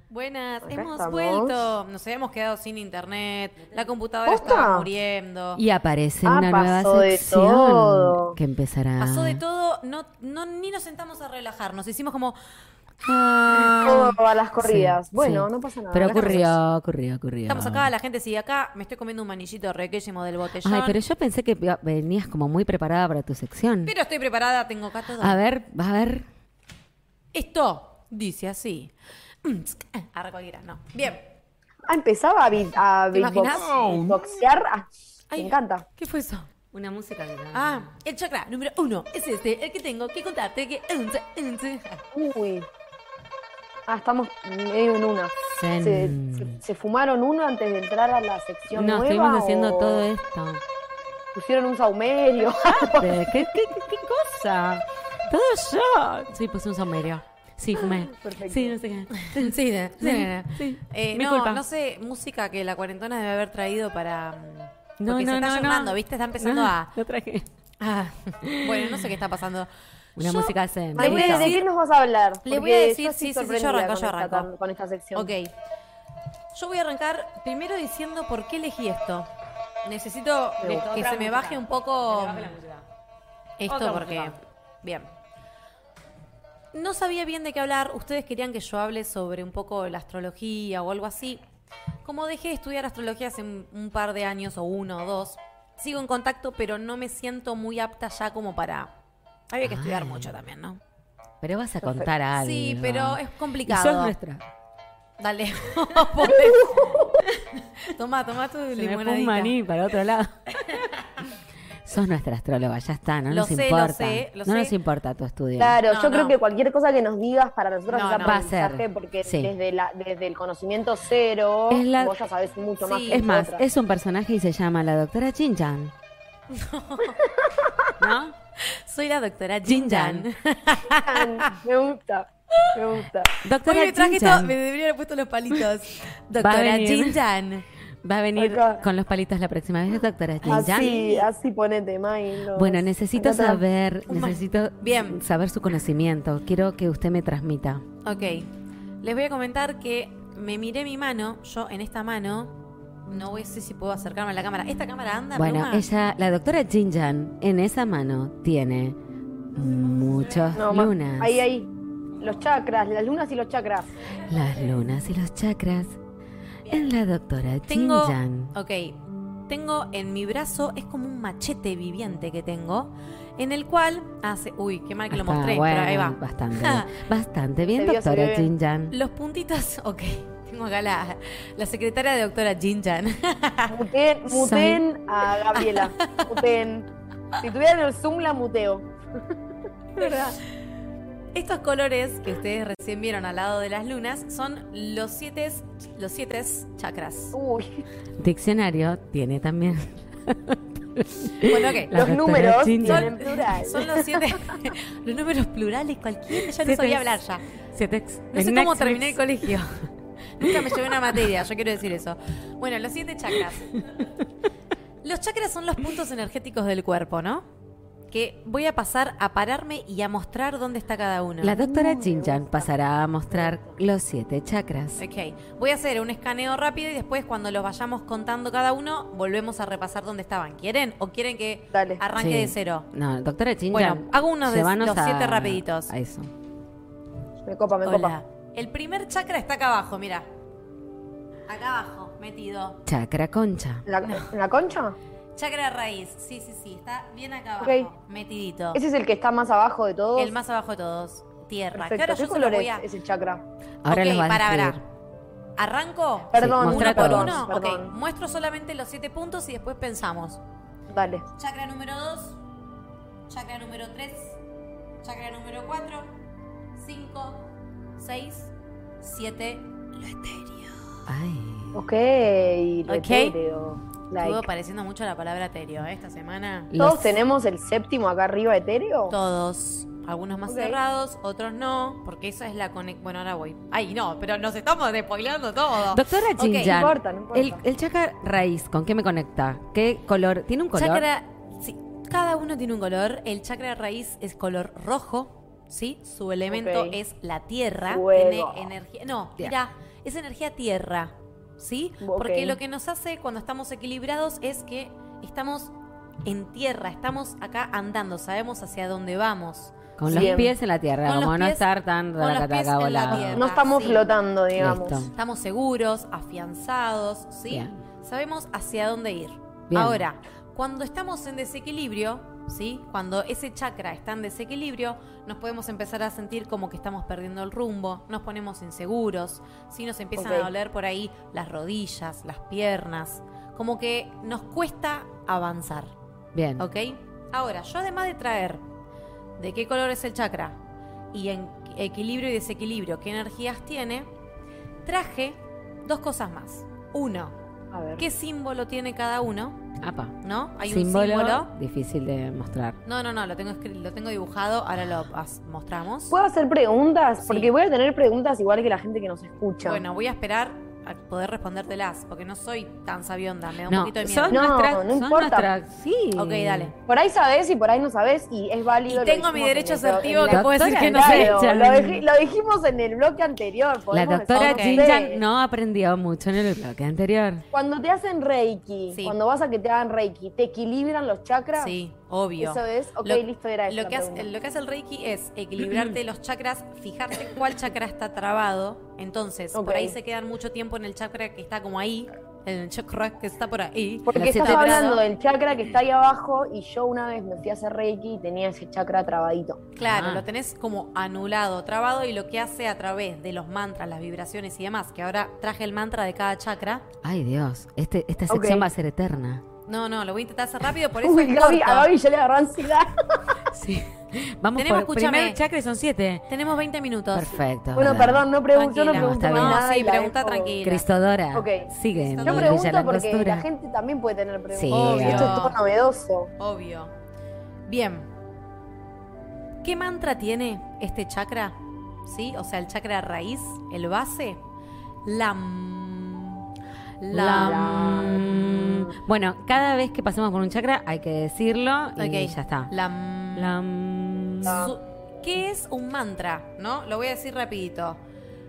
Buenas, Acá hemos estamos. vuelto. Nos habíamos quedado sin internet. La computadora estaba muriendo. Y aparece una nueva pasó de sección todo. que empezará. Pasó de todo, ni nos sentamos a relajarnos. Hicimos como. Todo a las corridas. Sí, bueno, sí. no pasa nada. Pero acá estamos. ocurrió. Estamos acá, la gente sigue acá. Me estoy comiendo un manillito requésimo del botellón. Ay, pero yo pensé que venías como muy preparada para tu sección. Pero estoy preparada, tengo acá todo. A ver. Esto dice así. Ahora cualquiera, no. Bien. Empezaba a ¿Te imaginas? beatboxear. Ay, Me encanta. ¿Qué fue eso? Una música que El chakra número 1 es este, el que tengo que contarte que... Uy. Estamos medio en una. ¿Se fumaron uno antes de entrar a la sección No, nueva? estuvimos haciendo o todo esto. pusieron un saumerio? ¿Qué cosa? Todo yo. Sí, puse un saumerio. Sí, fumé. Perfecto. Sí, no sé qué. Sí. Mi culpa. No sé, música que la cuarentena debe haber traído para... No, porque no, se está no, ayornando, no. ¿viste? Está empezando No, a... Lo traje. Bueno, no sé qué está pasando. Una Yo- música zen. Le voy a ¿De decir- qué nos vas a hablar? Le voy Porque a decir, yo estoy sí, yo sorprendida arranco. con esta sección. Ok. Yo voy a arrancar primero diciendo por qué elegí esto. Necesito que se me baje un poco esto Otra porque... música. Bien. No sabía bien de qué hablar. Ustedes querían que yo hable sobre un poco la astrología o algo así. Como dejé de estudiar astrología hace un par de años, o 1 o 2, sigo en contacto, pero no me siento muy apta ya como para... Había que estudiar mucho también, ¿no? Pero vas a contar algo. Sí, pero es Y complicado. sos nuestra. Dale. Toma tu Se me fue un limonadita. maní para otro lado. Sos nuestra astróloga, ya está, no Lo nos sé, lo importa. sé, lo no sé. nos importa tu estudio. Claro, No, yo creo no. que cualquier cosa que nos digas para nosotros No, es no. Va a ser, aprendizaje, porque sí. desde el conocimiento cero, Es la- vos ya sabés mucho más Sí. que Es más, nosotras. es un personaje y se llama la doctora Jinjan. ¿No? Soy la doctora Jinjan. Me gusta. Doctora Hoy me traje Jinjan. todo, me debería haber puesto los palitos. Doctora venir. Jinjan. Va a venir Acá. con los palitos la próxima vez, doctora Jinjan. Así ponete, May. Bueno, necesito Acá está. Bien. saber su conocimiento. Quiero que usted me transmita. Ok. Les voy a comentar que me miré mi mano. Yo en esta mano, no sé si puedo acercarme a la cámara. ¿Esta cámara anda, Bueno, Pluma? la doctora Jinjan, en esa mano tiene muchas No, lunas. ahí. Los chakras, las lunas y los chakras. Las lunas y los chakras. En la doctora Tengo, Jinjan. tengo en mi brazo, es como un machete viviente que tengo, en el cual hace... Uy, qué mal que lo Está mostré, bueno, pero ahí va. Bastante bien, Se vio doctora bien. Jinjan. Los puntitos, ok. Tengo acá la secretaria de doctora Jinjan. Muten a Gabriela. Muten. Si tuvieran el Zoom, la muteo. Estos colores que ustedes recién vieron al lado de las lunas son los siete chakras. Uy, Diccionario tiene también. Bueno, ok. La los doctora números Jinjan. en plural. Son los 7. Los números plurales, cualquiera. Ya no Siete sabía es- hablar ya. Sietex. No sé En cómo Netflix. terminé el colegio. Nunca me llevé una materia, yo quiero decir eso. Bueno, los 7 chakras. Los chakras son los puntos energéticos del cuerpo, ¿no? Que voy a pasar a pararme y a mostrar dónde está cada uno. La doctora Jinjan pasará a mostrar los 7 chakras. Ok, voy a hacer un escaneo rápido y después cuando los vayamos contando cada uno, volvemos a repasar dónde estaban. ¿Quieren? ¿O quieren que Dale. arranque Sí. de cero? No, doctora Jinjan. Bueno, hago uno de llévanos los 7 rapiditos. A eso. Me copa. Hola. El primer chakra está acá abajo, mira. Acá abajo, metido. Chakra concha. ¿En la concha? Chakra raíz, sí, está bien acá abajo, Ok. metidito. Ese es el que está más abajo de todos. El más abajo de todos, tierra. Que Perfecto. ahora ¿Qué yo se color lo voy a... es ese chakra? Ahora Ok, los va a para. describir. ¿Arranco? Perdón, mostrá Uno por todos. uno. Ok, Perdón. muestro solamente los 7 puntos y después pensamos. Dale. Chakra número 2, chakra número 3, chakra número 4, 5, 6, 7, lo etéreo. Ay. Ok. Lo Ok. etéreo. Like. Estuvo pareciendo mucho la palabra etéreo esta semana. ¿Todos Los- tenemos el séptimo acá arriba etéreo? Todos. Algunos más Ok. cerrados, otros no, porque esa es la conexión. Bueno, ahora voy. Ay, no, pero nos estamos despoilando todo. Doctora Ok. Jinjan, No importa, no importa. el chakra raíz, ¿con qué me conecta? ¿Qué color? ¿Tiene un color? Chakra, sí, cada uno tiene un color. El chakra raíz es color rojo, ¿sí? Su elemento Ok. es la tierra. Fuego. Tiene energía. No, mira, es energía tierra, ¿sí? Ok. Porque lo que nos hace cuando estamos equilibrados es que estamos en tierra, estamos acá andando, sabemos hacia dónde vamos. Con los Bien. pies en la tierra, Con como los no pies- estar tan con los pies racataca en la volado. tierra. No estamos Sí. flotando, digamos. Listo. Estamos seguros, afianzados, ¿sí? Bien. Sabemos hacia dónde ir. Bien. Ahora, cuando estamos en desequilibrio, ¿sí? Cuando ese chakra está en desequilibrio, nos podemos empezar a sentir como que estamos perdiendo el rumbo, nos ponemos inseguros, ¿sí? Nos empiezan Ok. a doler por ahí las rodillas, las piernas, como que nos cuesta avanzar, Bien. ¿ok? Ahora, yo además de traer de qué color es el chakra y en equilibrio y desequilibrio, qué energías tiene, traje 2 cosas más. Uno, A ver. qué símbolo tiene cada uno, Apa. ¿no? Hay Símbolo, un símbolo. difícil de mostrar. No, lo tengo lo tengo dibujado, ahora lo mostramos. ¿Puedo hacer preguntas? Sí. Porque voy a tener preguntas igual que la gente que nos escucha. Bueno, voy a esperar a poder respondértelas, porque no soy tan sabionda, me da un No, poquito de miedo. son No, nuestras, no son importa. nuestras- sí. Ok, dale. Por ahí sabés y por ahí no sabés y es válido. Y lo tengo mi dijimos derecho en el asertivo en que la- puede decir que no Doctora, sé. Claro, Echan. lo dijimos en el bloque anterior. La podemos doctora decir, Ok. Jinjan no aprendió mucho en el bloque anterior. Cuando te hacen Reiki, Sí. cuando vas a que te hagan Reiki, ¿te equilibran los chakras? Sí, obvio. Eso es, ok, Lo- listo, era eso. Lo la que, hace, pregunta. lo que hace el Reiki es equilibrarte los chakras, fijarte cuál chakra está trabado. Entonces, Ok. por ahí se quedan mucho tiempo en el chakra que está como ahí, en el chakra que está por ahí. Porque Los estás siete hablando grados. del chakra que está ahí abajo y yo una vez me fui a hacer Reiki y tenía ese chakra trabadito. Claro, Ah. lo tenés como anulado, trabado, y lo que hace a través de los mantras, las vibraciones y demás, que ahora traje el mantra de cada chakra. Ay, Dios. Esta sección Ok. va a ser eterna. No, lo voy a intentar hacer rápido, por eso Uy, es Gaby, corto. a Gaby ya le agarró ansiedad. Sí. Vamos Tenemos, por escúchame. primer chakra y son 7. Tenemos 20 minutos. Perfecto. Bueno, ¿verdad? perdón, yo no Tranquila. pregunto Está más bien. nada. No, sí, y la pregunta dejo- tranquila. Cristodora. Ok. Sigue en Yo Yo Villa pregunto La porque Angostura. la gente también puede tener preguntas. Sí, Obvio. Esto es todo novedoso. Obvio. Bien. ¿Qué mantra tiene este chakra? ¿Sí? O sea, el chakra raíz, el base. Lam. Lam. Bueno, cada vez que pasemos por un chakra hay que decirlo y Ok. ya está. Lam. Lam. ¿Qué es un mantra? ¿No? Lo voy a decir rapidito.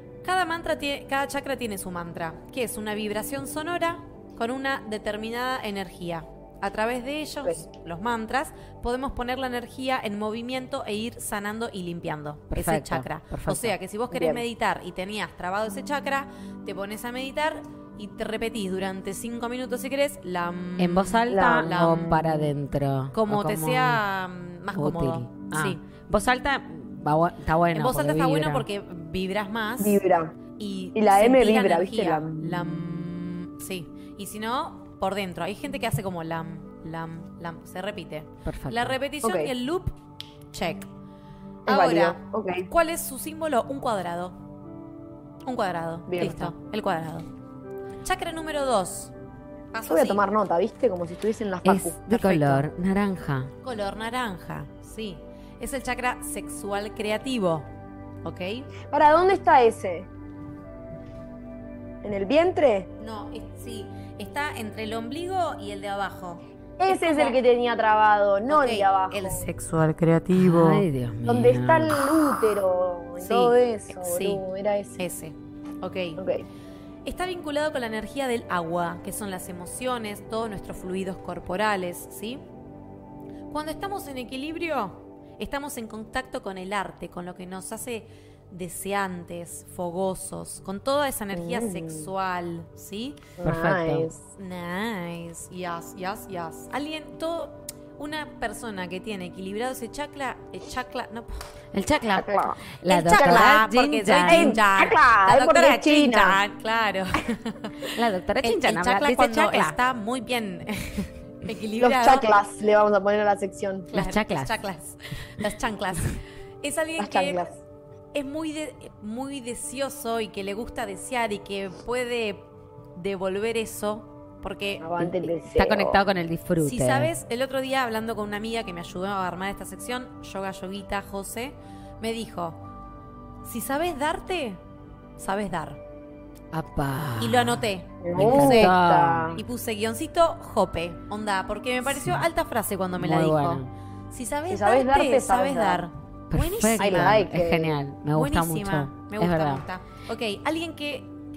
Cada chakra tiene su mantra, que es una vibración sonora con una determinada energía. A través de ellos, los mantras, podemos poner la energía en movimiento e ir sanando y limpiando ese Perfecto, chakra. perfecto. O sea que si vos querés Bien. meditar y tenías trabado ese chakra, te pones a meditar y te repetís durante 5 minutos si querés, ¿En voz alta Lam. o para adentro? como O te sea más útil. cómodo. Ah, Sí. voz alta está bueno. En voz alta está vibra. bueno porque vibras más. Vibra. Y la M sentís vibra, energía. ¿viste? Sí. Y si no, por dentro. Hay gente que hace como lam. Se repite. Perfecto. La repetición Ok. y el loop, check. Es Ahora, válido. Ok. ¿cuál es su símbolo? Un cuadrado. Un cuadrado. Bien. Listo. El cuadrado. Chakra número 2. Yo voy a tomar nota, ¿viste? Como si estuviese en la facu. Es de Perfecto. color naranja. Color naranja. Sí. Es el chakra sexual creativo. ¿Ok? ¿Para dónde está ese? ¿En el vientre? No, sí. Está entre el ombligo y el de abajo. Ese es como- el que tenía trabado, no Ok, el de abajo. El sexual creativo. Ay, Dios mío. Donde está el útero y Sí, todo eso, sí. boludo, era ese. Ese. Ok. Ok. Está vinculado con la energía del agua, que son las emociones, todos nuestros fluidos corporales, ¿sí? Cuando estamos en equilibrio, estamos en contacto con el arte, con lo que nos hace deseantes, fogosos, con toda esa energía sexual, ¿sí? Perfecto. Nice. Nice. Yes. Una persona que tiene equilibrado ese chakra, no, El chakra. Chakra. La el doctora chakra, porque soy Jinjan. Jinjan. chakra, La es porque doctora es china. Jinjan, claro. La doctora El Jinjan habla, chakra dice cuando chakra. está muy bien Los equilibrado. chaclas le vamos a poner a la sección. Las chaclas. Las chaclas. Las chanclas. Es alguien Las que chanclas. es muy deseoso y que le gusta desear y que puede devolver eso porque Aguante el deseo. Está conectado con el disfrute. si sabes, el otro día hablando con una amiga que me ayudó a armar esta sección, Yoguita, José, me dijo, si sabes darte, sabes dar. Apá. Y lo anoté. Me Me puse- gusta. Y puse guioncito Jope, onda, porque me pareció alta frase cuando me la Muy dijo. bueno. Si sabes, Si sabes darte, darte, sabes sabes dar. Perfecto. Buenísima. I like Es it. genial. Me gusta Buenísima. mucho. Me Es gusta, verdad. me gusta. Ok, alguien que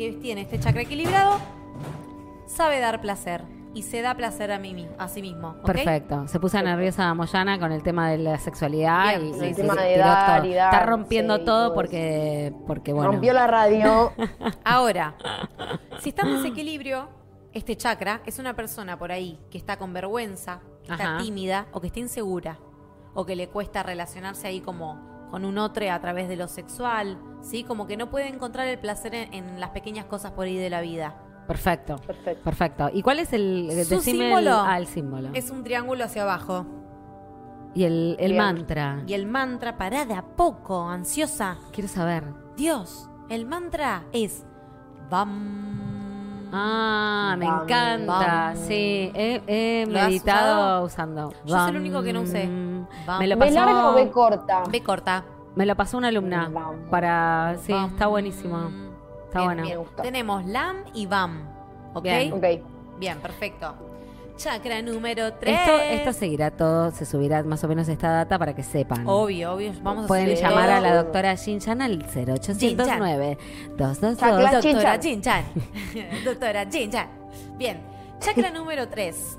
que tiene este chakra equilibrado sabe dar placer y se da placer a sí mismo. ¿Okay? Perfecto. Se puso nerviosa Moyana con el tema de la sexualidad. Bien, y el tema de tiró dar todo. y dar, Está rompiendo sí, todo todo porque bueno. Rompió la radio. Ahora, si está en desequilibrio, este chakra es una persona por ahí que está con vergüenza, que está Ajá. tímida o que está insegura o que le cuesta relacionarse ahí como con un otro a través de lo sexual, ¿sí? Como que no puede encontrar el placer en las pequeñas cosas por ahí de la vida. Perfecto. Perfecto. Perfecto. ¿Y cuál es el Su decime símbolo el símbolo? es un triángulo hacia abajo. Y el Bien. mantra. Y el mantra, pará de a poco, ansiosa. Quiero saber. Dios, el mantra es Bam. Ah, me Bam, encanta. bam. Sí, he ¿Lo has meditado usando. Yo soy el único que no usé. Bam. Me lo ¿B larga o B pasó, corta? B corta. me lo pasó una alumna Bam. para. Sí, Bam. está buenísimo. Está Bien, bueno. Me gusta. Tenemos Lam y Bam. ¿Ok? Bien. Ok. Bien, perfecto. Chakra número 3. Esto seguirá todo, se subirá más o menos esta data para que sepan. Obvio, obvio. Vamos a Pueden subir llamar todo. a la doctora Jin-Chan al 0809 222 Chakra Doctora Jin-Chan. Jin-Chan. Doctora Jin-Chan. Bien. Chakra número 3.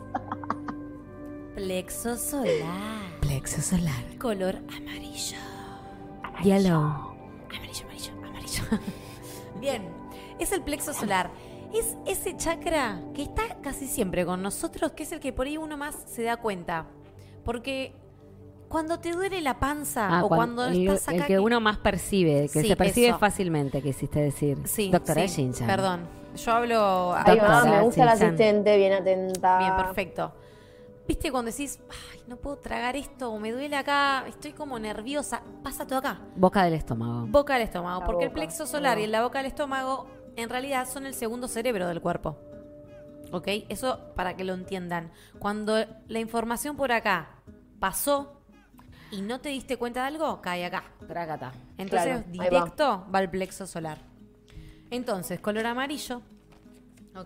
Plexo solar. Plexo solar. Color amarillo. Yellow. Amarillo, amarillo, amarillo. Bien. Es el plexo solar. Es ese chakra que está casi siempre con nosotros, que es el que por ahí uno más se da cuenta. Porque cuando te duele la panza o cuando estás acá... el que uno más percibe, que Sí, se percibe eso. fácilmente, quisiste decir. Sí, Doctora sí, Jin-Chan. perdón. Yo hablo... Ahí va, Doctora me gusta la Jin-Chan. asistente, bien atenta. Bien, perfecto. ¿Viste cuando decís, ay, no puedo tragar esto, o me duele acá, estoy como nerviosa? Pasa todo acá. Boca del estómago. Boca del estómago. La Porque el boca, plexo solar ahí y va. la boca del estómago en realidad son el segundo cerebro del cuerpo. ¿Ok? Eso para que lo entiendan. Cuando la información por acá pasó y no te diste cuenta de algo, cae acá. Trágata. Entonces, Claro, ahí directo va al plexo solar. Entonces, color amarillo. ¿Ok?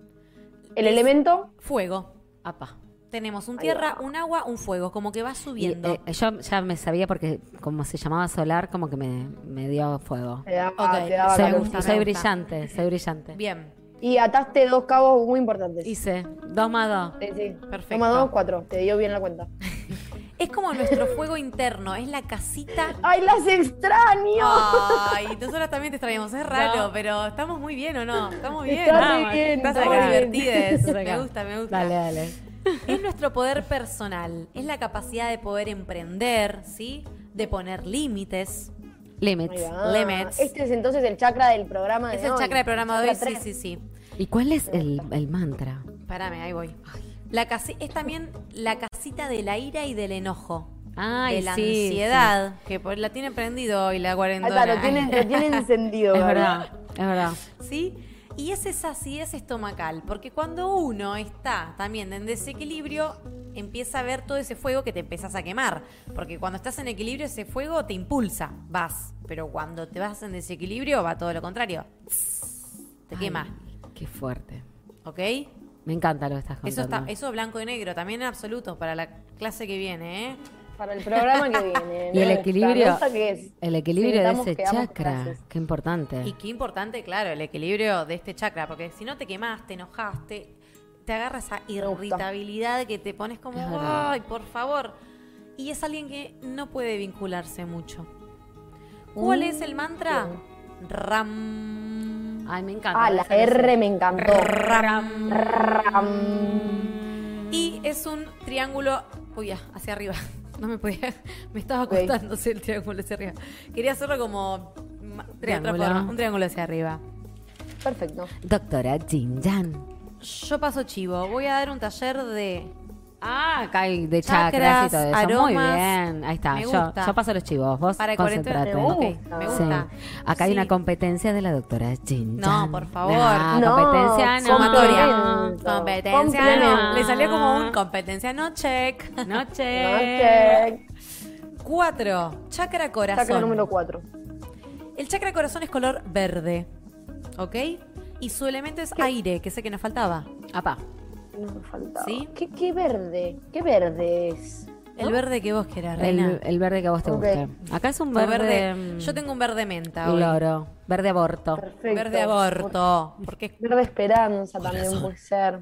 El elemento, Fuego. Apa. Tenemos un Ahí tierra, va. un agua, un fuego, como que va Y, subiendo. yo ya me sabía porque como se llamaba solar, como que me dio fuego. te daba, Ok, te daba soy calor. me gusta. Soy brillante, soy brillante. Bien, Y ataste 2 cabos muy importantes. Hice 2 más 2. Sí, sí. Perfecto. Toma 2, 4. Te dio bien la cuenta. es como nuestro fuego interno, es la casita. ¡Ay, las extraño! Ay, nosotros también te extrañamos, es raro, No. pero ¿estamos muy bien o no? Estamos bien. Está Vamos, re bien, estás está acá re bien. divertides. Estás Me acá. gusta, me gusta. Dale, dale. Es nuestro poder personal, es la capacidad de poder emprender, ¿sí? De poner límites. Limits. Ahí va. Limits. Este es entonces el chakra del programa de Es hoy. el chakra de programa de hoy, Chakra sí, tres. sí, sí. ¿Y cuál es el mantra? Espérame, ahí voy. Es también la casita de la ira y del enojo. Ay, de la sí, ansiedad, que la tiene prendido hoy la Ahí cuarentona. está, lo tiene encendido. Es Gaby. verdad, es verdad. ¿Sí? Y es esa acidez estomacal, porque cuando uno está también en desequilibrio, empieza a ver todo ese fuego que te empezás a quemar. Porque cuando estás en equilibrio, ese fuego te impulsa, vas. Pero cuando te vas en desequilibrio, va todo lo contrario. Te quema, Ay, qué fuerte. ¿ok? Me encanta lo que estás Eso contando. está, eso blanco y negro, también en absoluto, para la clase que viene, ¿eh? Para el programa que viene. Y el ¿no? equilibrio, La nota que es. el equilibrio de Necesitamos ese que hagamos chakra, clases. qué importante. Y qué importante, claro, el equilibrio de este chakra, porque si no te quemaste, te enojaste, te agarra esa gusta. irritabilidad que te pones como, Es verdad. ay, por favor. Y es alguien que no puede vincularse mucho. ¿Cuál es el mantra? Ram. Ay, me encanta. Ah, la R me encantó. Ram. Ram. Y es un triángulo, uy, ya, hacia arriba. No me podía, me estaba Ok. costándose el triángulo hacia arriba. Quería hacerlo como de otra Triángulo. forma, un triángulo hacia arriba. Perfecto. Doctora Jin-Chan. Yo paso chivo. Voy a dar un taller de... Ah, acá hay de Chakras, chakras y todo eso. Muy aromas. bien. Ahí está. Me Yo gusta. paso los chivos. Vos Para concentrate. cuarentena. Me Ok, me gusta. gusta. Acá hay Sí. una competencia de la doctora Jin-Chan. No, por favor. No, No, competencia no. Sumatoria. Complemento. Competencia no. Complemento. Le salió como un competencia no check. Noche. Ok. 4. Chakra corazón. Chakra número 4. El chakra corazón es color verde. ¿Ok? Y su elemento es aire, que sé que nos faltaba. Apá. No me faltaba. ¿Sí? ¿Qué verde? ¿Qué verde es? El verde que vos querás, Reina. El verde que a vos te guste. Acá es un verde... Yo tengo un verde menta hoy. Loro. Verde aborto. Perfecto. Verde aborto. Porque... Verde esperanza también puede ser.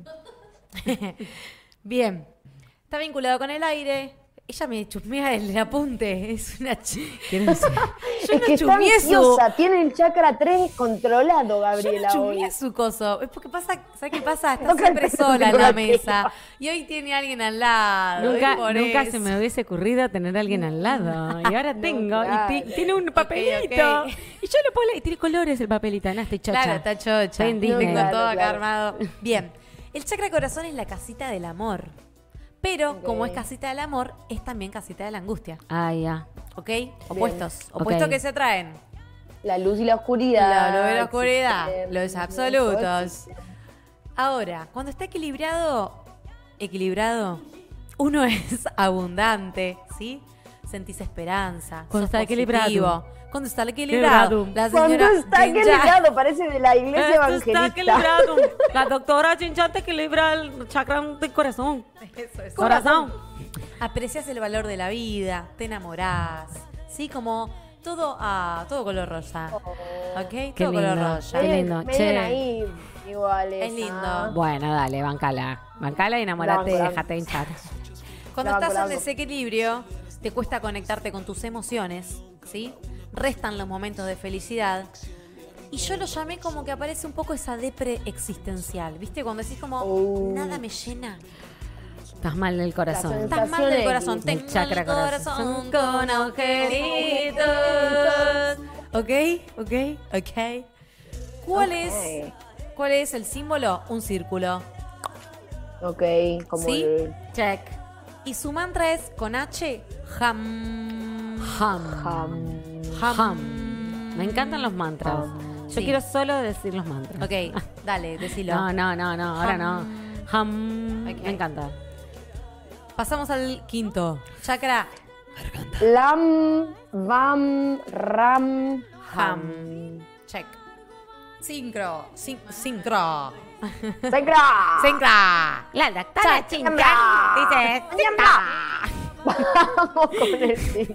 Bien. Está vinculado con el aire. Ella me chusmea el apunte. Es una Yo Es no que está chusmeé su... ansiosa, tiene el chakra 3 controlado, Yo Gabriela. no hoy. chusmeé su coso. Es porque pasa... ¿Sabes qué pasa? Está Toca siempre el pelo sola en con la la mesa. Y hoy tiene alguien al lado. Nunca, es por nunca eso. se me hubiese ocurrido tener a alguien al lado. Y ahora tengo. claro. Y tiene un papelito. ok. Y yo le puedo... Y tiene colores el papelito. No, estoy chocha. Claro, está chocha. Estoy en Disney. Tengo Claro, todo acá claro. armado. Bien. El chakra corazón es la casita del amor. Pero, como es casita del amor, es también casita de la angustia. Ah, ya. ¿Ok? Opuestos. Opuestos Ok. que se atraen. La luz y la oscuridad. La luz y la oscuridad. existen, Los absolutos. Ahora, cuando está equilibrado, uno es abundante, ¿sí? Sentís esperanza. Cuando sos está equilibrado. positivo. Cuando está equilibrado. Equilibrado. La Cuando señora está Jen Ya- equilibrado, parece de la iglesia Esto está evangelista. equilibrado. La doctora Chincha te equilibra el chakra del corazón. Eso es. Corazón. Aprecias el valor de la vida, te enamorás, ¿sí? Como todo todo color rosa, ¿ok? Qué Todo color lindo. rosa. Qué lindo. Me Che. ven ahí iguales. Es lindo. Bueno, dale, bancala. Bancala y enamorate y Banco. déjate hinchar. Cuando La estás en banco. desequilibrio, te cuesta conectarte con tus emociones, ¿sí? Restan los momentos de felicidad. Y yo lo llamé como que aparece un poco esa depre existencial, ¿viste? Cuando decís como, nada me llena. Estás mal del corazón. La Estás mal del corazón. El Tengo chakra el corazón con agujeritos. ¿Ok? ¿Ok? ¿Ok? ¿Cuál es el símbolo? Un círculo. Ok, como ¿Sí? el Check. Y su mantra es con H, ham. Ham. Ham. Me encantan los mantras. Yo Sí. quiero solo decir los mantras. Ok, dale, decilo. No, ahora no. Ham. Ok. Me encanta. Pasamos al quinto. Chakra Lam, Vam, Ram, ham. Check. Sincro. Sincro. Sacra. Sincra. La doctora Chincha dice... Vamos con el 5.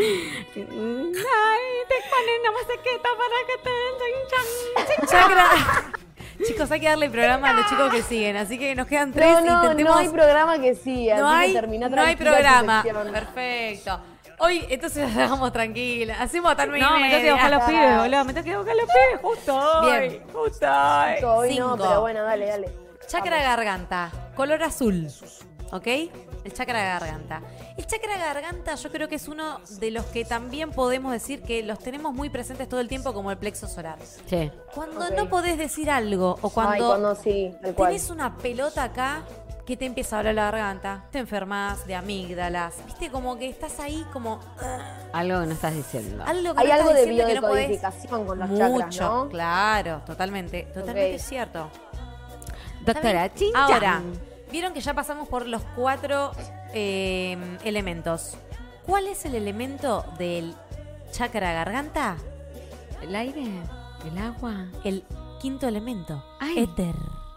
Ay, te ponen una masaqueta para que te den Chakra. Chicos, hay que darle programa a los chicos que siguen, así que nos quedan tres. No Intentemos. no hay programa que siga. No así hay, que termina no hay tranquila tu programa. sección. Perfecto. Hoy, entonces la dejamos tranquila. Hacemos hasta 9:30. No, me tengo que buscar los pibes, boludo. Me tengo que buscar los pibes justo hoy. Bien. Justo hoy. Hoy no, 5. pero bueno, dale. Chakra garganta, color azul. ¿Ok? El chakra garganta. El chakra garganta yo creo que es uno de los que también podemos decir que los tenemos muy presentes todo el tiempo como el plexo solar. Sí. Cuando Ok. no podés decir algo o Ay, cuando cuando sí, tal cual. tenés una pelota acá que te empieza a hablar la garganta, te enfermas de amígdalas, viste como que estás ahí como Algo que no estás diciendo. algo que Hay no algo estás de diciendo que no podés. biodecodificación con los Mucho, chakras, ¿no? claro, totalmente Ok. cierto. Doctora ¿Está bien? Chincha. Ahora, vieron que ya pasamos por los 4 elementos. ¿Cuál es el elemento del chakra garganta? ¿El aire? ¿El agua? El quinto elemento, Ay. éter.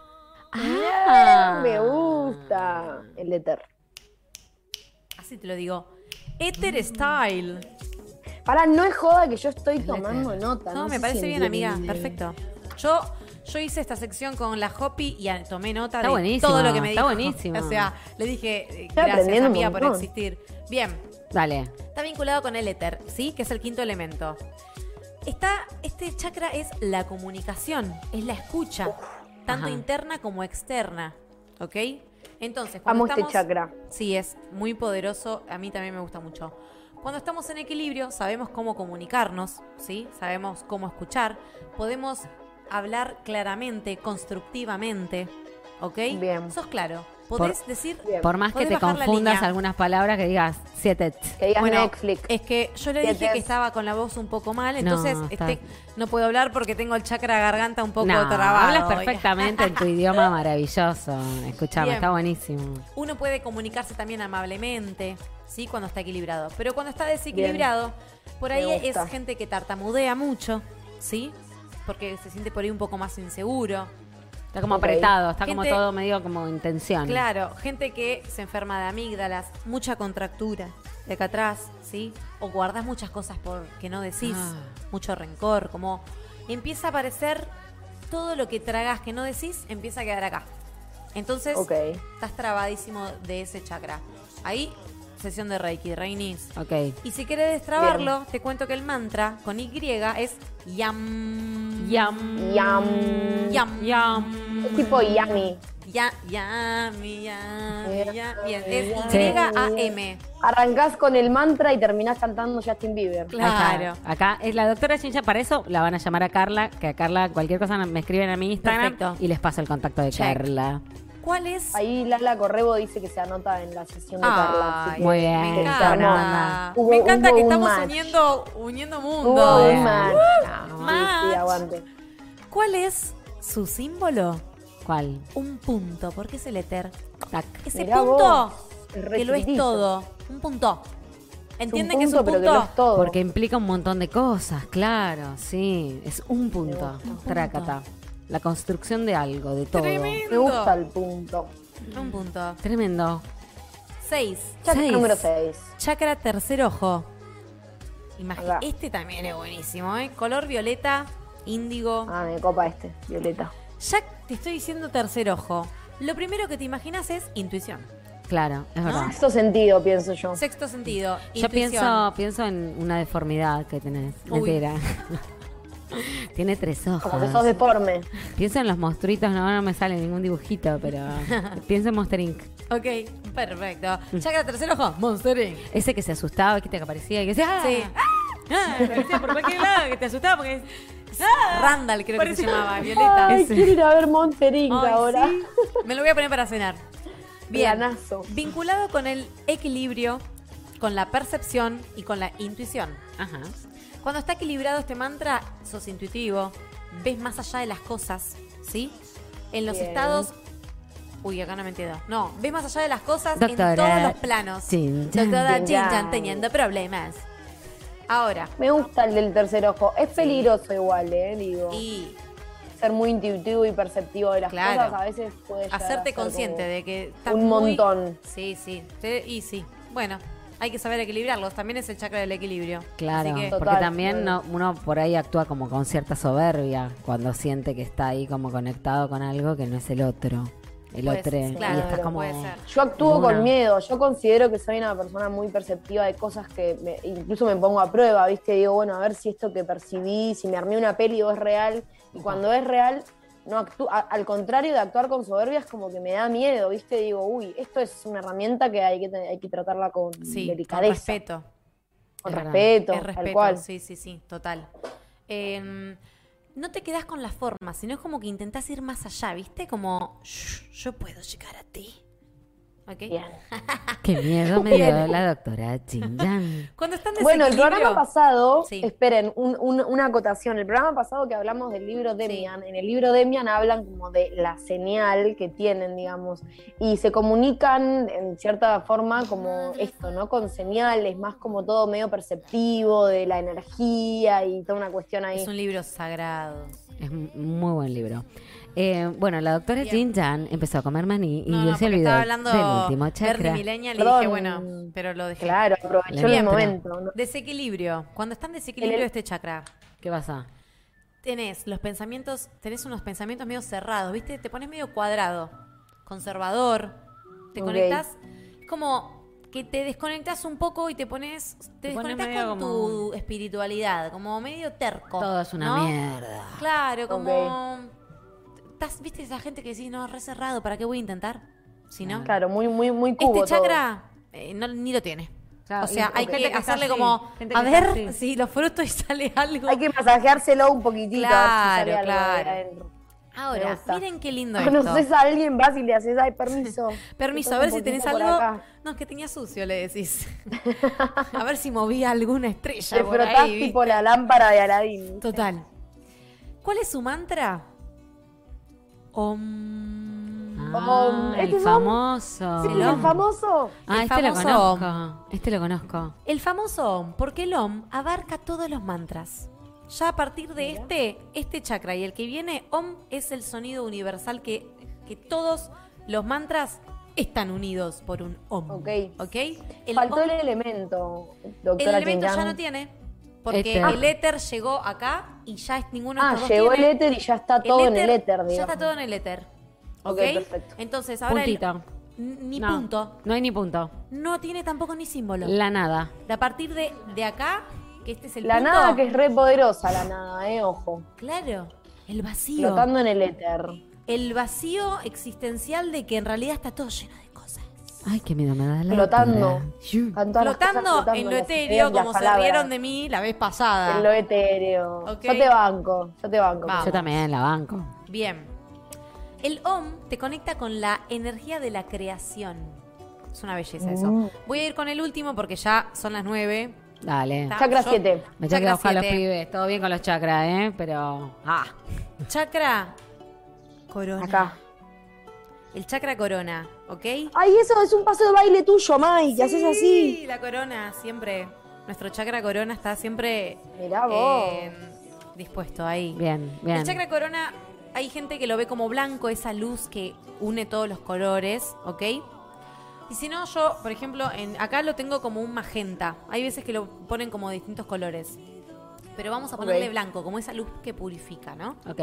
Me gusta el éter. Así te lo digo. Éter style. Para, no es joda que yo estoy tomando nota. No, me sé parece si bien, amiga. entienden. Perfecto. Yo hice esta sección con la Hopi y tomé nota Está de buenísimo, todo lo que me está dijo. buenísimo. O sea, le dije, Estoy gracias, aprendiendo un amiga, por montón. existir. Bien, Dale. está vinculado con el éter, ¿sí? Que es el quinto elemento. Este chakra es la comunicación, es la escucha, tanto Ajá. interna como externa, ¿ok? Entonces, cuando Amo este estamos... chakra. Sí, es muy poderoso. A mí también me gusta mucho. Cuando estamos en equilibrio, sabemos cómo comunicarnos, ¿sí? Sabemos cómo escuchar. Podemos hablar claramente, constructivamente, ¿ok? Bien. Sos claro. Podés decir... Bien. Por más que Podés te bajar la confundas línea. algunas palabras, que digas 7. Que digas Bueno, Netflix. es que yo le Que dije te- que estaba con la voz un poco mal, No, entonces está- no puedo hablar porque tengo el chakra garganta un poco No, trabado. hablas perfectamente en tu idioma maravilloso. Escuchame, Bien. está buenísimo. Uno puede comunicarse también amablemente, ¿sí? Cuando está equilibrado. Pero cuando está desequilibrado, por ahí Me es gusta. gente que tartamudea mucho, ¿sí? Porque se siente por ahí un poco más inseguro. Está como Ok. apretado, está como Gente- todo medio como en tensión. Claro, gente que se enferma de amígdalas, mucha contractura de acá atrás, ¿sí? O guardas muchas cosas que no decís, mucho rencor, como empieza a aparecer todo lo que tragas que no decís, empieza a quedar acá. Entonces, Ok. estás trabadísimo de ese chakra. Ahí, sesión de Reiki, Reinis. Ok. Y si quieres destrabarlo, te cuento que el mantra con Y es Yam. Yam. Yam. Yam. Yam. Es tipo yummy. Yami. Bien, es Sí. Y-A-M. Arrancás con el mantra y terminás cantando Justin Bieber. Claro. Acá es la doctora Chincha, para eso la van a llamar a Carla, que a Carla cualquier cosa me escriben a mi Instagram Perfecto. y les paso el contacto de Check. Carla. ¿Cuál es? Ahí Lala Correbo dice que se anota en la sesión de Carla. así Ay, que Muy bien. me se encanta. armó. Hubo- Me encanta hubo que un estamos match. uniendo Hubo mundos. un match. Match. Sí, aguante. ¿Cuál es su símbolo? ¿Cuál? Un punto, porque es el éter. Tac. Ese Mirá punto vos, es re que lo es chiquitito. todo. Un punto. ¿Entienden que es punto, un pero punto? que lo es todo. Porque implica un montón de cosas, claro, sí. Es un punto. Trácata. La construcción de algo, de todo. Tremendo. Me gusta el punto. Un punto. Tremendo. 6. Chakra Seis. número 6. Chakra tercer ojo. Acá. Este también es buenísimo, ¿eh? Color violeta, índigo. Ah, me copa este, Violeta. Ya te estoy diciendo tercer ojo. Lo primero que te imaginas es intuición. Claro, es verdad. Sexto sentido, pienso yo. Sexto sentido. Yo intuición. pienso en una deformidad que tenés. Uy. Mentira. Tiene 3 ojos. Como que sos deforme. Pienso en los monstruitos, no me sale ningún dibujito, pero pienso en Monster Inc. Ok, perfecto. Chakra tercer ojo, Monster Inc. Ese que se asustaba, que aparecía y que decía, ¡ah! Sí. ¡Ah! Te aparecía por cualquier lado, que te asustaba porque... Randall creo que se llamaba, Violeta. Ay, Ese. quiero ir a ver Monster Inc. Ay, ahora. sí. Me lo voy a poner para cenar. Bien. Planazo. Vinculado con el equilibrio, con la percepción y con la intuición. Ajá. Cuando está equilibrado este mantra, sos intuitivo, ves más allá de las cosas, ¿sí? En los Bien. estados... Uy, acá no me entiendo. No, ves más allá de las cosas Doctora en todos los planos. Chin-chan. Doctora Chin-chan. Chin-chan teniendo problemas. Ahora, Me gusta el del tercer ojo. Es peligroso igual, digo. y Ser muy intuitivo y perceptivo de las Claro. cosas a veces puede llegar a hacerte ser consciente como de que estás un muy- montón. Sí. Y sí. Bueno, hay que saber equilibrarlos. También es el chakra del equilibrio. Claro, Así que, Total, porque también bueno. uno por ahí actúa como con cierta soberbia cuando siente que está ahí como conectado con algo que no es el otro. El Puede otro. ser, Y claro, estás como... puede ser. Yo actúo Una. con miedo. Yo considero que soy una persona muy perceptiva de cosas que incluso me pongo a prueba, ¿viste? Digo, bueno, a ver si esto que percibí, si me armé una peli o es real. Y cuando es real, no actúo. Al contrario de actuar con soberbia, es como que me da miedo, ¿viste? Digo, uy, esto es una herramienta que hay que tratarla con Sí, con delicadeza. respeto. Con Es verdad. respeto, Es tal respeto, cual. sí, total. No te quedás con la forma, sino es como que intentás ir más allá, ¿viste? Como, "Shh, yo puedo llegar a ti. ¿Ok? Bien. Qué miedo me dio la doctora Chin-chan. Cuando están en Bueno, el desequilibrio- programa pasado, Sí. esperen, una acotación. El programa pasado que hablamos del libro Demian, en el libro Demian hablan como de la señal que tienen, digamos, y se comunican en cierta forma como esto, ¿no? Con señales, más como todo medio perceptivo de la energía y toda una cuestión ahí. Es un libro sagrado. Es un muy buen libro. Bueno, la doctora Bien. Chin-chan empezó a comer maní y No, se porque olvidó estaba hablando del último Bernie chakra. Millennial y Perdón. dije, bueno, pero lo dejé. Claro, aprovechó Bien, el pero- momento. ¿no? Desequilibrio. Cuando está en desequilibrio El- este chakra, ¿Qué pasa? tenés unos pensamientos medio cerrados, ¿viste? Te pones medio cuadrado, conservador, te Ok. conectás, como que te desconectás un poco y te pones pones desconectás medio con tu espiritualidad, como medio terco. Todo es una ¿no? mierda. Claro, como estás, ¿viste esa gente que decís, no, re cerrado, ¿para qué voy a intentar? Si no, Claro, muy, muy, muy cubo este todo. chakra ni lo tiene. Claro, O sea, y- hay gente que que está hacerle así, como, gente a que está ver así. si los frutos y sale algo. Hay que masajeárselo un poquitito. a ver si sale algo de Claro. adentro. Me Ahora, gusta. miren qué lindo esto. Conoces a alguien, vas y le haces, ay, permiso. Permiso, Te a ver toco si un tenés poquito algo. por acá. No, es que tenía sucio, le decís. A ver si movía alguna estrella Te por frotás ahí. tipo ¿viste? la lámpara de Aladín. Total. ¿Cuál es su mantra? Om. Ah, ¿este el es famoso. ¿Sí, el el om. famoso? Ah, El este lo famoso conozco. Este lo conozco. El famoso Om, porque el Om abarca todos los mantras. ya a partir de este chakra y el que viene, Om es el sonido universal que todos los mantras están unidos por un Om. Ok. ¿Ok? Faltó Om, el elemento, el doctora elemento ya Quintana. no tiene, porque Éter. el éter llegó acá y ya ninguno de estos dos Llegó el tiene. éter y ya está todo en el éter, digamos. Ya está todo en el éter. Ok, ¿Ok? perfecto. Entonces, ahora Puntito. ni No, punto. No hay ni punto. No tiene tampoco ni símbolo. La nada. A partir de acá, que este es el La punto. nada que es re poderosa, la nada, ojo. Claro, el vacío. Flotando en el éter. El vacío existencial de que en realidad está todo lleno de cosas. Ay, qué miedo me da la Flotando. altura. Están todas las cosas Flotando en lo las etéreo, ideas, las como se palabras. rieron de mí la vez pasada. En lo etéreo. Ok. Yo te banco. Vamos. Yo también la banco. Bien. El Om te conecta con la energía de la creación. Es una belleza eso. Voy a ir con el último porque ya son las 9. Dale. Está. Chakra Yo- 7. Me tengo que bajar los 7. pibes. Todo bien con los chakras, ¿eh? Pero... Chakra corona. Acá. El chakra corona, ¿ok? Ay, eso es un paso de baile tuyo, Mai, que haces así. Sí, la corona, siempre. Nuestro chakra corona está siempre Mirá vos. dispuesto ahí. Bien, bien. El chakra corona, hay gente que lo ve como blanco, esa luz que une todos los colores, ¿ok? Y si no, yo, por ejemplo, acá lo tengo como un magenta. Hay veces que lo ponen como de distintos colores. Pero vamos a ponerle Ok. blanco, como esa luz que purifica, ¿no? Ok.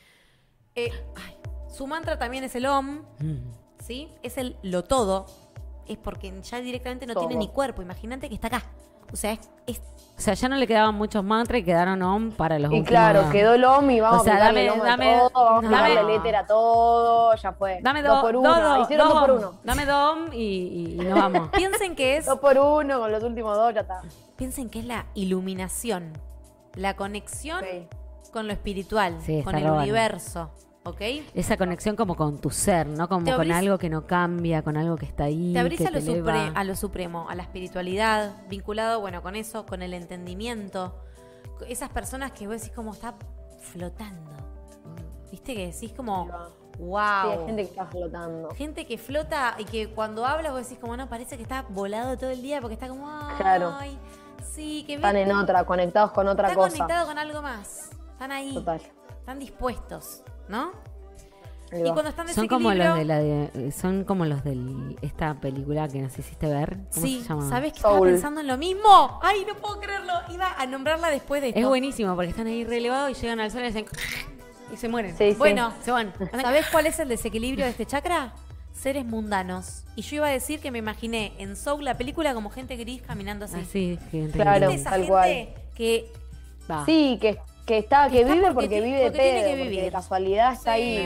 Su mantra también es el Om, ¿sí? Es el lo todo. Es porque ya directamente no Todo. tiene ni cuerpo. Imagínate que está acá. O sea, es O sea, ya no le quedaban muchos mantras y quedaron OM para los Y últimos. claro, quedó el OM y vamos O sea, a aplicarle dame- el OM dame- a todo, vamos a dame- aplicarle el éter a todo, ya fue. Dame dos por uno, hicieron dos por OM. uno. Dame dos OM y nos vamos. piensen que es 2 por 1, con los últimos 2 ya está. piensen que es la iluminación, la conexión Ok. con lo espiritual, Sí, con está el re bueno. universo, ¿ok? Esa conexión como con tu ser, ¿no? Como Te con abrís- algo que no cambia, con algo que está ahí. Te abrís que a lo, te eleva. a lo supremo, a la espiritualidad, vinculado, bueno, con eso, con el entendimiento. Esas personas que vos decís como está flotando. ¿Viste? Que decís como, wow. Sí, hay gente que está flotando. Gente que flota y que cuando habla vos decís como, no, parece que está volado todo el día porque está como, ay, Claro. sí, que Están en otra, conectados con otra está cosa. conectado con algo más. Están ahí, Total. están dispuestos, ¿no? Ahí Y va. cuando están en Son como desequilibrio, son como los de esta película que nos hiciste ver. ¿Cómo sí, se llama? ¿sabés que estaba Soul. pensando en lo mismo? Ay, no puedo creerlo. Iba a nombrarla después de esto. Es buenísimo porque están ahí relevados y llegan al sol y hacen y se mueren. Sí, sí. Bueno, Se van. ¿sabés cuál es el desequilibrio de este chakra? Seres mundanos. Y yo iba a decir que me imaginé en Soul, la película, como gente gris caminando así. Así, que Claro. ¿Viste esa tal gente cual. que va. Sí, que está vive porque porque ti- vive de porque tiene pedo, que porque vivir. de casualidad está sí, ahí.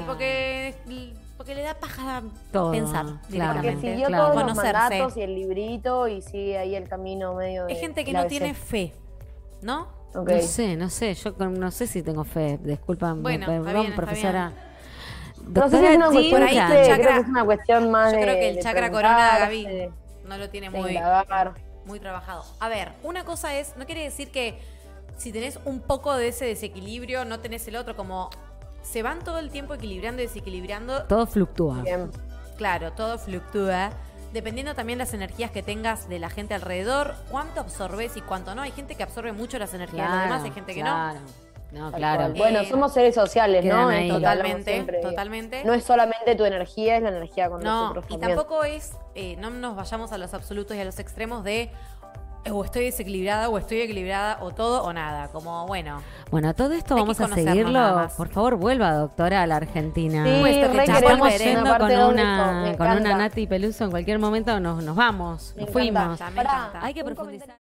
porque le da paja Todo, pensar claro. Porque directamente. siguió claro. todos los Conocerse. mandatos y el librito y sigue ahí el camino medio de Es gente que la no ABC. tiene fe, ¿no? Ok. No sé, yo no sé si tengo fe. Disculpame, Bueno, está perdón, bien, está profesora. No sé si es una cuestión, por ahí ¿viste? tu chakra- creo que es una cuestión más Yo de creo que el de chakra preguntarse, corona, Gaby, no lo tiene de muy, indagar. muy trabajado. A ver, una cosa es, no quiere decir que si tenés un poco de ese desequilibrio, no tenés el otro, como se van todo el tiempo equilibrando y desequilibrando. Todo fluctúa. Bien. Claro, todo fluctúa. Dependiendo también las energías que tengas de la gente alrededor, cuánto absorbes y cuánto no. Hay gente que absorbe mucho las energías de los demás, hay gente que claro. No, Tal claro. cual. Bueno, somos seres sociales, Quedan ¿no? ahí. Esto que hablamos Totalmente, siempre. totalmente. No es solamente tu energía, es la energía con No, nosotros y también. tampoco es, no nos vayamos a los absolutos y a los extremos de o estoy desequilibrada o estoy equilibrada o todo o nada. Como, bueno, Bueno, todo esto Hay vamos que a conocernos nada seguirlo. más. Por favor, vuelva, doctora, a la Argentina. Sí, Puesto que re ya queremos Estamos volveré. yendo una parte con dos de una, esto, me con una encanta. Nati Peluso en cualquier momento nos vamos, Me nos encanta. fuimos. ya me Pará, encanta. Hay que un profundizar.